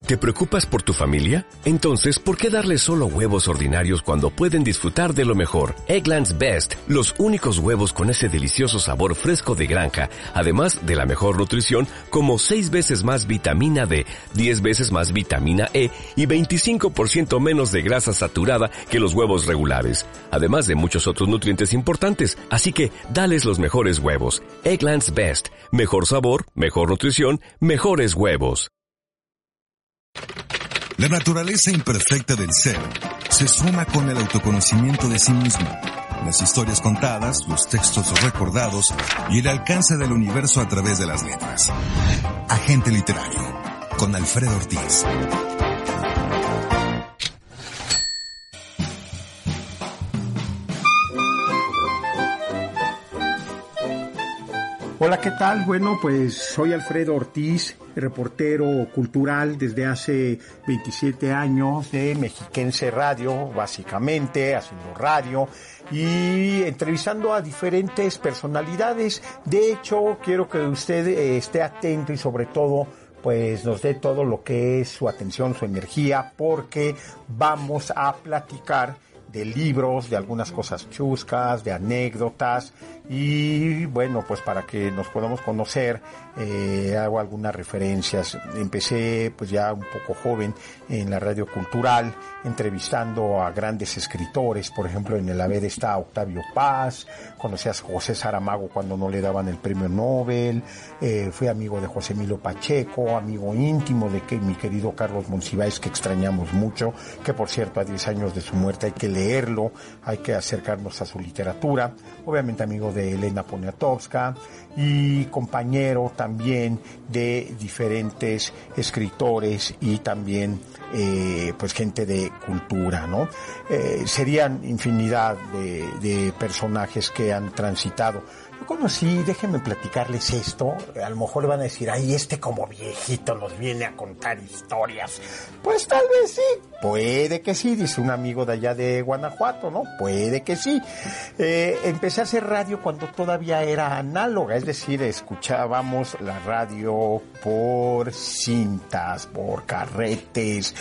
¿Te preocupas por tu familia? Entonces, ¿por qué darles solo huevos ordinarios cuando pueden disfrutar de lo mejor? Eggland's Best, los únicos huevos con ese delicioso sabor fresco de granja, además de la mejor nutrición, como 6 veces más vitamina D, 10 veces más vitamina E y 25% menos de grasa saturada que los huevos regulares, además de muchos otros nutrientes importantes. Así que, dales los mejores huevos. Eggland's Best, mejor sabor, mejor nutrición, mejores huevos. La naturaleza imperfecta del ser se suma con el autoconocimiento de sí mismo, las historias contadas, los textos recordados y el alcance del universo a través de las letras. Agente Literario, con Alfredo Ortiz. Hola, ¿qué tal? Bueno, pues soy Alfredo Ortiz, reportero cultural desde hace 27 años de Mexiquense Radio, básicamente, haciendo radio y entrevistando a diferentes personalidades. De hecho, quiero que usted esté atento y sobre todo pues nos dé todo lo que es su atención, su energía, porque vamos a platicar de libros, de algunas cosas chuscas, de anécdotas y bueno, pues para que nos podamos conocer, hago algunas referencias. Empecé pues ya un poco joven en la radio cultural, entrevistando a grandes escritores. Por ejemplo, en el AVED está Octavio Paz, conocí a José Saramago cuando no le daban el premio Nobel, fui amigo de José Emilio Pacheco, amigo íntimo de mi querido Carlos Monsiváis, que extrañamos mucho, que por cierto a 10 años de su muerte hay que leerlo, hay que acercarnos a su literatura. Obviamente amigo de Elena Poniatowska y compañero también de diferentes escritores y también pues gente de cultura, ¿no? Serían infinidad de personajes que han transitado. Yo conocí, déjenme platicarles esto, a lo mejor van a decir, ay, como viejito nos viene a contar historias. Pues tal vez sí, puede que sí, dice un amigo de allá de Guanajuato, ¿no? Puede que sí. Empecé a hacer radio cuando todavía era análoga, es decir, escuchábamos la radio por cintas, por carretes,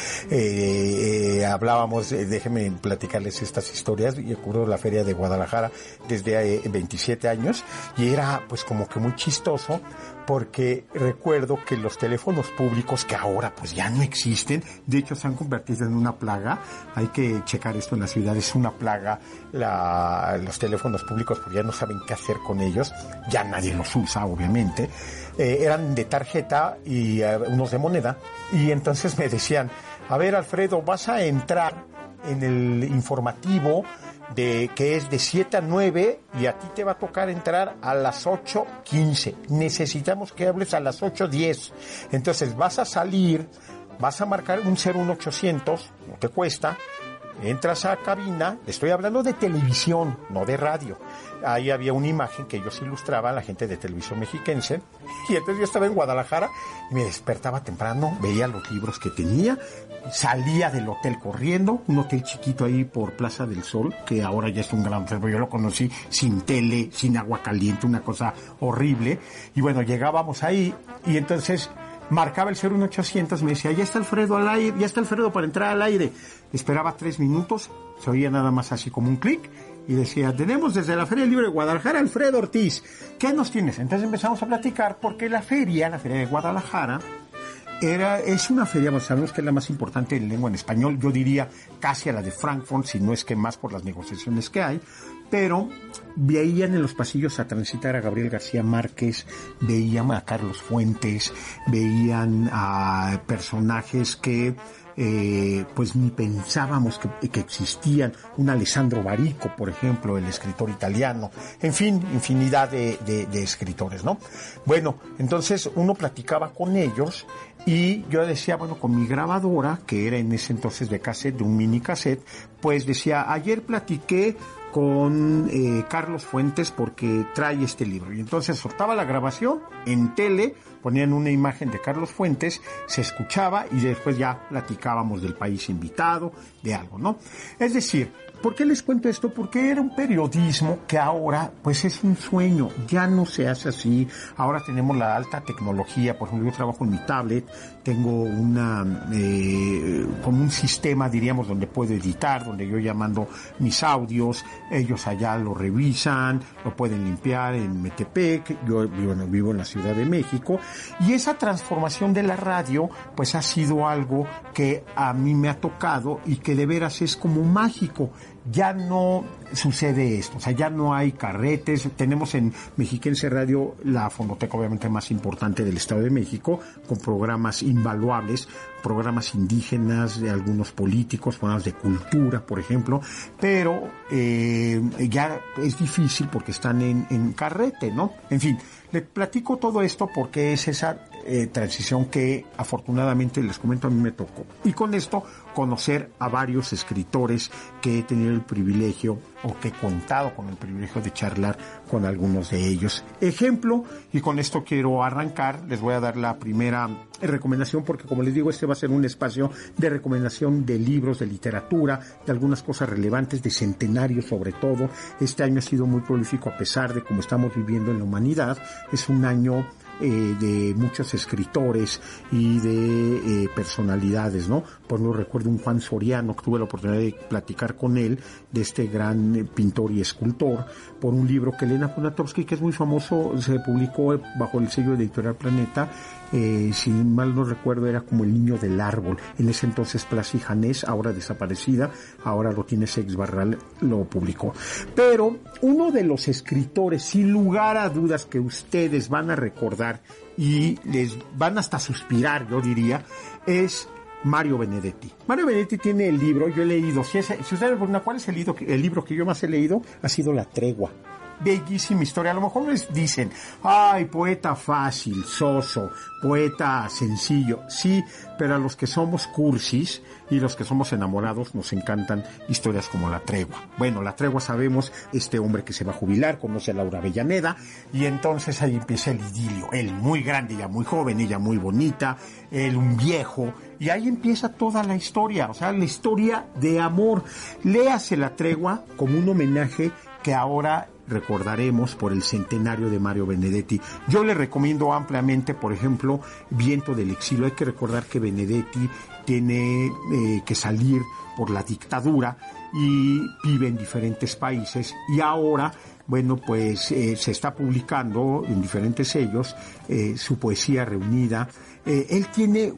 hablábamos, déjenme platicarles estas historias. Yo cubro la Feria de Guadalajara desde 27 años y era pues como que muy chistoso porque recuerdo que los teléfonos públicos, que ahora pues ya no existen, de hecho se han convertido en una plaga, hay que checar esto en la ciudad, es una plaga los teléfonos públicos porque ya no saben qué hacer con ellos, ya nadie los usa obviamente, eran de tarjeta y unos de moneda, y entonces me decían, a ver Alfredo, vas a entrar en el informativo que es de 7 a 9 y a ti te va a tocar entrar a las 8:15. Necesitamos que hables a las 8:10. Entonces vas a salir, vas a marcar un 01800, no te cuesta, entras a cabina, estoy hablando de televisión, no de radio. Ahí había una imagen que ellos ilustraban, la gente de Televisión Mexiquense, y entonces yo estaba en Guadalajara y me despertaba temprano, veía los libros que tenía, salía del hotel corriendo, un hotel chiquito ahí por Plaza del Sol, que ahora ya es un gran centro, yo lo conocí sin tele, sin agua caliente, una cosa horrible, y bueno, llegábamos ahí, y entonces marcaba el 01800, me decía, ya está Alfredo al aire, ya está Alfredo para entrar al aire. Esperaba 3 minutos, se oía nada más así como un clic, y decía, tenemos desde la Feria Libre de Guadalajara Alfredo Ortiz, ¿qué nos tienes? Entonces empezamos a platicar, porque la Feria de Guadalajara, es una feria, bueno, sabemos que es la más importante en lengua en español, yo diría casi a la de Frankfurt, si no es que más por las negociaciones que hay, pero veían en los pasillos a transitar a Gabriel García Márquez, veían a Carlos Fuentes, veían a personajes que pues ni pensábamos que existían, un Alessandro Barico, por ejemplo, el escritor italiano, en fin, infinidad de escritores, ¿no? Bueno, entonces uno platicaba con ellos y yo decía, bueno, con mi grabadora, que era en ese entonces de cassette, de un mini cassette, pues decía, ayer platiqué con Carlos Fuentes porque trae este libro. Y entonces soltaba la grabación en tele, ponían una imagen de Carlos Fuentes, se escuchaba y después ya platicábamos del país invitado, de algo, ¿no? Es decir, ¿por qué les cuento esto? Porque era un periodismo que ahora, pues es un sueño, ya no se hace así. Ahora tenemos la alta tecnología, por ejemplo, yo trabajo en mi tablet, tengo como un sistema, diríamos, donde puedo editar, donde yo ya mando mis audios, ellos allá lo revisan, lo pueden limpiar en Metepec, yo vivo en la Ciudad de México, y esa transformación de la radio, pues ha sido algo que a mí me ha tocado y que de veras es como mágico. Ya no sucede esto, o sea, ya no hay carretes. Tenemos en Mexiquense Radio la fonoteca obviamente más importante del Estado de México, con programas invaluables, programas indígenas, de algunos políticos, programas de cultura, por ejemplo, pero ya es difícil porque están en carrete, ¿no? En fin, les platico todo esto porque es esa transición que afortunadamente, les comento, a mí me tocó. Y con esto conocer a varios escritores que he tenido el privilegio o que he contado con el privilegio de charlar con algunos de ellos. Ejemplo, y con esto quiero arrancar, les voy a dar la primera recomendación porque, como les digo, este va a ser un espacio de recomendación de libros, de literatura, de algunas cosas relevantes, de centenarios sobre todo. Este año ha sido muy prolífico a pesar de cómo estamos viviendo en la humanidad. Es un año de muchos escritores y de personalidades, ¿no? Por ejemplo, recuerdo un Juan Soriano, que tuve la oportunidad de platicar con él, de este gran pintor y escultor, por un libro que Elena Poniatowski, que es muy famoso, se publicó bajo el sello de Editorial Planeta. Si mal no recuerdo, era como El niño del árbol. En ese entonces Plasy Janés, ahora desaparecida, ahora lo tiene Seix Barral, lo publicó. Pero uno de los escritores, sin lugar a dudas, que ustedes van a recordar y les van hasta suspirar, yo diría, es Mario Benedetti. Mario Benedetti tiene el libro, yo he leído, si ustedes preguntan cuál es el libro que yo más he leído, ha sido La Tregua. Bellísima historia. A lo mejor les dicen, ay, poeta fácil, soso, poeta sencillo. Sí, pero a los que somos cursis y los que somos enamorados nos encantan historias como La Tregua. Bueno, La Tregua, sabemos, este hombre que se va a jubilar, conoce a Laura Avellaneda y entonces ahí empieza el idilio. Él muy grande, ella muy joven, ella muy bonita, él un viejo, y ahí empieza toda la historia, o sea, la historia de amor. Léase La Tregua como un homenaje que ahora recordaremos por el centenario de Mario Benedetti. Yo le recomiendo ampliamente, por ejemplo, Viento del exilio. Hay que recordar que Benedetti tiene que salir por la dictadura y vive en diferentes países, y ahora, bueno, pues se está publicando en diferentes sellos su poesía reunida. Él tiene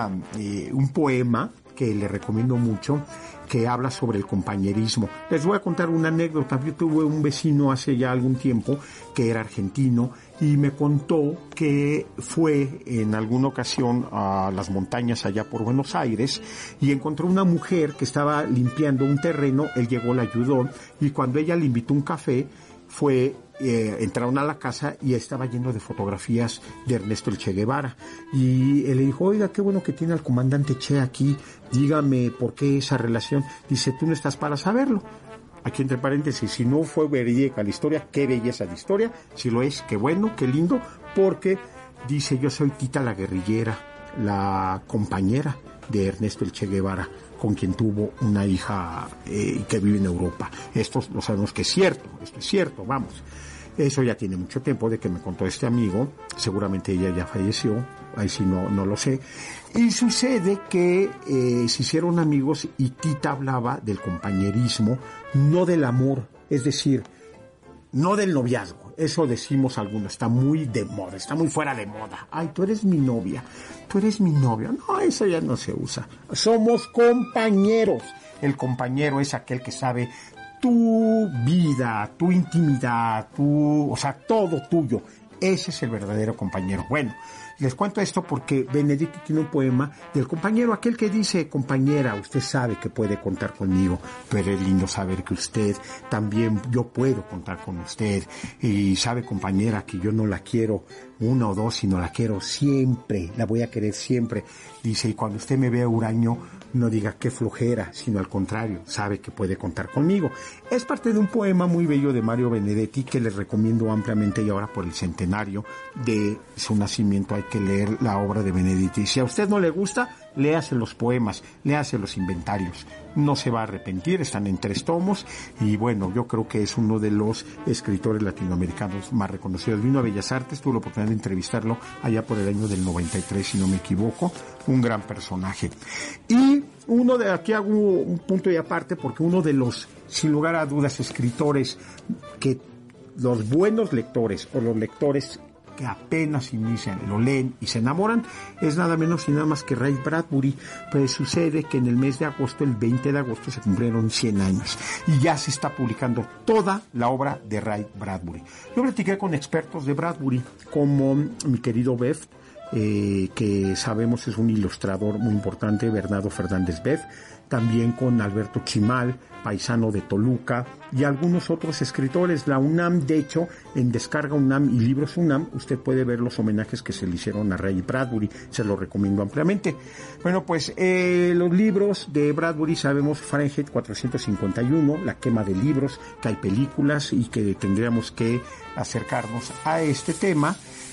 un poema que le recomiendo mucho, que habla sobre el compañerismo. Les voy a contar una anécdota. Yo tuve un vecino hace ya algún tiempo que era argentino y me contó que fue en alguna ocasión a las montañas allá por Buenos Aires y encontró una mujer que estaba limpiando un terreno. Él llegó, la ayudó, y cuando ella le invitó un café, entraron a la casa y estaba lleno de fotografías de Ernesto el Che Guevara, y él le dijo, oiga, qué bueno que tiene al comandante Che aquí, dígame por qué esa relación. Dice, tú no estás para saberlo. Aquí entre paréntesis, si no fue verídica la historia, qué belleza de historia. Si lo es, qué bueno, qué lindo, porque dice, yo soy Tita la guerrillera, la compañera de Ernesto el Che Guevara, con quien tuvo una hija que vive en Europa. Esto lo sabemos que es cierto, esto es cierto, vamos. Eso ya tiene mucho tiempo de que me contó este amigo, seguramente ella ya falleció, ahí sí no lo sé. Y sucede que se hicieron amigos y Tita hablaba del compañerismo, no del amor, es decir, no del noviazgo. Eso decimos algunos, está muy de moda, está muy fuera de moda. Ay, tú eres mi novia, tú eres mi novio. No, eso ya no se usa. Somos compañeros. El compañero es aquel que sabe tu vida, tu intimidad, o sea, todo tuyo. Ese es el verdadero compañero. Bueno, Les cuento esto porque Benedetti tiene un poema del compañero, aquel que dice: compañera, usted sabe que puede contar conmigo, pero es lindo saber que usted también, yo puedo contar con usted. Y sabe, compañera, que yo no la quiero una o dos, sino la quiero siempre, la voy a querer siempre. Dice, y cuando usted me vea huraño, no diga qué flojera, sino al contrario, sabe que puede contar conmigo. Es parte de un poema muy bello de Mario Benedetti que les recomiendo ampliamente, y ahora por el centenario de su nacimiento hay que leer la obra de Benedetti. Si a usted no le gusta, léase los poemas, léase los inventarios. No se va a arrepentir, están en 3 tomos y bueno, yo creo que es uno de los escritores latinoamericanos más reconocidos. Vino a Bellas Artes, tuve la oportunidad de entrevistarlo allá por el año del 93, si no me equivoco. Un gran personaje. Y uno de aquí hago un punto y aparte, porque uno de los, sin lugar a dudas, escritores que los buenos lectores o los lectores que apenas inician, lo leen y se enamoran, es nada menos y nada más que Ray Bradbury. Pues sucede que en el mes de agosto, el 20 de agosto, se cumplieron 100 años y ya se está publicando toda la obra de Ray Bradbury. Yo platiqué con expertos de Bradbury, como mi querido Bev, que sabemos es un ilustrador muy importante, Bernardo Fernández Bev, también con Alberto Chimal, paisano de Toluca, y algunos otros escritores. La UNAM, de hecho, en Descarga UNAM y Libros UNAM, usted puede ver los homenajes que se le hicieron a Ray Bradbury, se los recomiendo ampliamente. Bueno, pues los libros de Bradbury, sabemos Fahrenheit 451, La quema de libros, que hay películas y que tendríamos que acercarnos a este tema.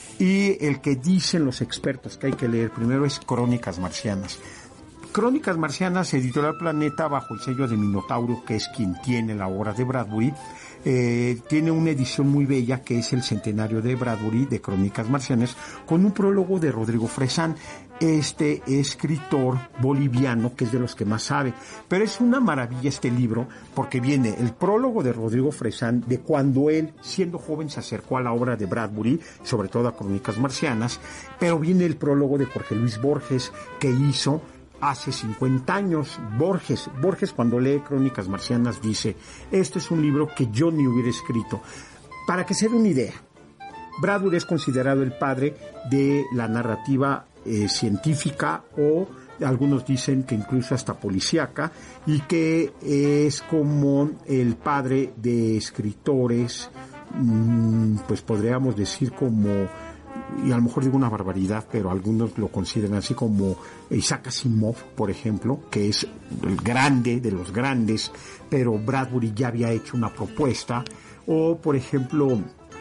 Y el que dicen los expertos que hay que leer primero es Crónicas Marcianas. Crónicas Marcianas, Editorial Planeta, bajo el sello de Minotauro, que es quien tiene la obra de Bradbury, tiene una edición muy bella que es el centenario de Bradbury, de Crónicas Marcianas, con un prólogo de Rodrigo Fresán, este escritor boliviano que es de los que más sabe. Pero es una maravilla este libro porque viene el prólogo de Rodrigo Fresán de cuando él, siendo joven, se acercó a la obra de Bradbury, sobre todo a Crónicas Marcianas, pero viene el prólogo de Jorge Luis Borges que hizo hace 50 años. Borges cuando lee Crónicas Marcianas dice: este es un libro que yo ni hubiera escrito. Para que se dé una idea, Bradbury es considerado el padre de la narrativa científica, o algunos dicen que incluso hasta policíaca, y que es como el padre de escritores, pues podríamos decir como, y a lo mejor digo una barbaridad, pero algunos lo consideran así, como Isaac Asimov, por ejemplo, que es el grande de los grandes, pero Bradbury ya había hecho una propuesta. O, por ejemplo,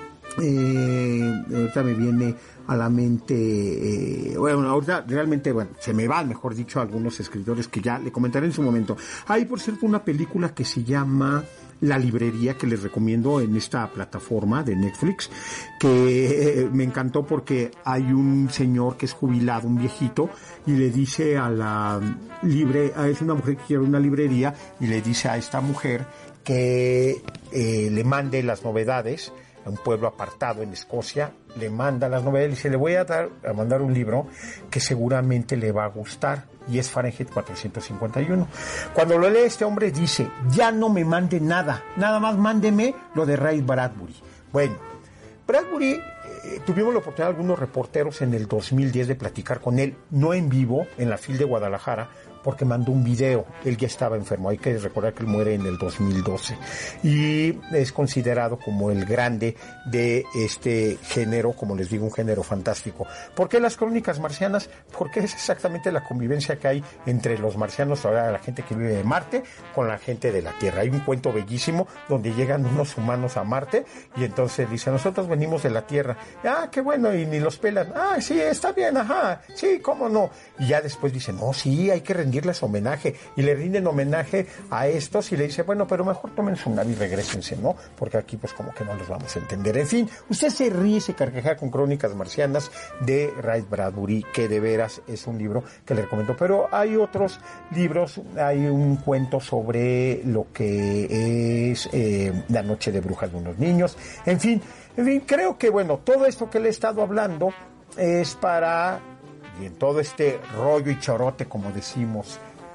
ahorita me viene a la mente, ahorita realmente, se me van, mejor dicho, algunos escritores que ya le comentaré en su momento. Hay, por cierto, una película que se llama La Librería, que les recomiendo en esta plataforma de Netflix, que me encantó porque hay un señor que es jubilado, un viejito, y le dice a la es una mujer que quiere una librería, y le dice a esta mujer que le mande las novedades a un pueblo apartado en Escocia. Le manda las novedades y dice: le voy a mandar un libro que seguramente le va a gustar, y es Fahrenheit 451. Cuando lo lee este hombre dice: ya no me mande nada más mándeme lo de Ray Bradbury. Bueno, Bradbury, tuvimos la oportunidad algunos reporteros en el 2010 de platicar con él, no en vivo, en la FIL de Guadalajara, porque mandó un video. Él ya estaba enfermo, hay que recordar que él muere en el 2012 y es considerado como el grande de este género, como les digo, un género fantástico. ¿Por qué las Crónicas Marcianas? Porque es exactamente la convivencia que hay entre los marcianos, ahora la gente que vive de Marte, con la gente de la Tierra. Hay un cuento bellísimo donde llegan unos humanos a Marte y entonces dicen: nosotros venimos de la Tierra. Ah, qué bueno, y ni los pelan. Ah, sí, está bien, ajá, sí, cómo no. Y ya después dicen: no, sí, hay que rendirles homenaje, y le rinden homenaje a estos y le dice: bueno, pero mejor tomen su nave y regrésense, ¿no? Porque aquí pues como que no los vamos a entender. En fin, usted se ríe, se carcajea con Crónicas Marcianas de Ray Bradbury, que de veras es un libro que le recomiendo. Pero hay otros libros, hay un cuento sobre lo que es La noche de brujas de unos niños. En fin, creo que bueno, todo esto que le he estado hablando es para, y en todo este rollo y chorote, como decimos,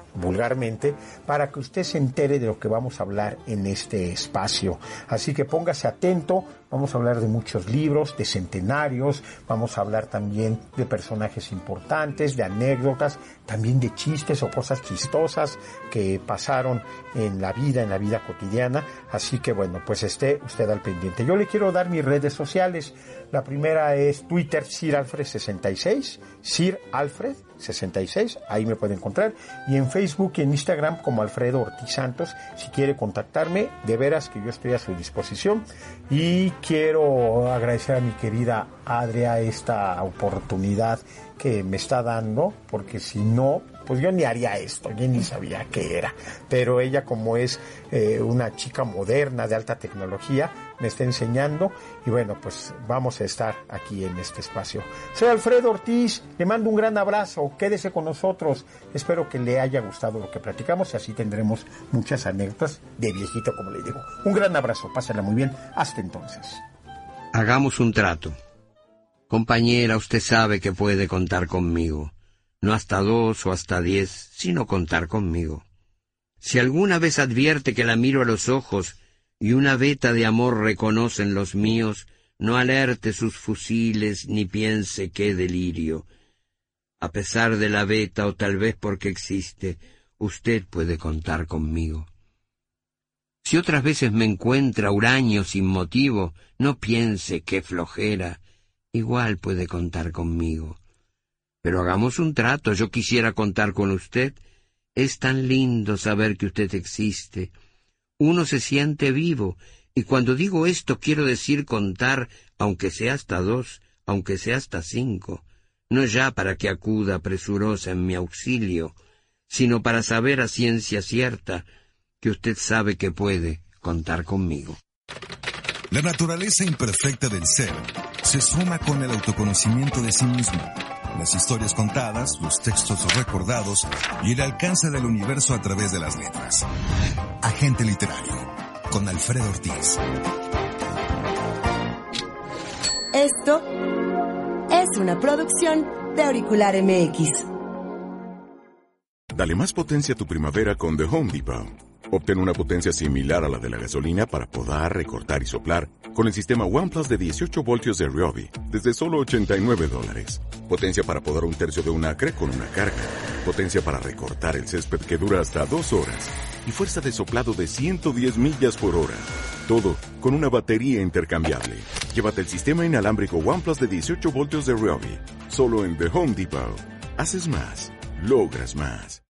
vulgarmente, para que usted se entere de lo que vamos a hablar en este espacio. Así que póngase atento, vamos a hablar de muchos libros, de centenarios, vamos a hablar también de personajes importantes, de anécdotas, también de chistes o cosas chistosas que pasaron en la vida cotidiana. Así que bueno, pues esté usted al pendiente. Yo le quiero dar mis redes sociales. La primera es Twitter, SirAlfred66, SirAlfred66, ahí me puede encontrar, y en Facebook y en Instagram como Alfredo Ortiz Santos. Si quiere contactarme, de veras que yo estoy a su disposición. Y quiero agradecer a mi querida Adria esta oportunidad que me está dando, porque si no, pues yo ni haría esto, yo ni sabía qué era. Pero ella, como es una chica moderna de alta tecnología, me está enseñando, y bueno, pues vamos a estar aquí en este espacio. Soy Alfredo Ortiz, le mando un gran abrazo, quédese con nosotros, espero que le haya gustado lo que platicamos, y así tendremos muchas anécdotas de viejito, como le digo. Un gran abrazo, pásenla muy bien, hasta entonces. Hagamos un trato. Compañera, usted sabe que puede contar conmigo. No hasta 2 o hasta 10, sino contar conmigo. Si alguna vez advierte que la miro a los ojos y una veta de amor reconocen los míos, no alerte sus fusiles ni piense qué delirio. A pesar de la veta, o tal vez porque existe, usted puede contar conmigo. Si otras veces me encuentra huraño sin motivo, no piense qué flojera, igual puede contar conmigo. Pero hagamos un trato, yo quisiera contar con usted. Es tan lindo saber que usted existe. Uno se siente vivo, y cuando digo esto quiero decir contar, aunque sea hasta 2, aunque sea hasta 5, no ya para que acuda presurosa en mi auxilio, sino para saber a ciencia cierta que usted sabe que puede contar conmigo. La naturaleza imperfecta del ser se suma con el autoconocimiento de sí mismo, las historias contadas, los textos recordados y el alcance del universo a través de las letras. Agente Literario, con Alfredo Ortiz. Esto es una producción de Auricular MX. Dale más potencia a tu primavera con The Home Depot. Obtén una potencia similar a la de la gasolina para podar, recortar y soplar con el sistema OnePlus de 18 voltios de Ryobi desde solo $89. Potencia para podar 1/3 de un acre con una carga. Potencia para recortar el césped que dura hasta 2 horas. Y fuerza de soplado de 110 millas por hora. Todo con una batería intercambiable. Llévate el sistema inalámbrico OnePlus de 18 voltios de Ryobi. Solo en The Home Depot. Haces más. Logras más.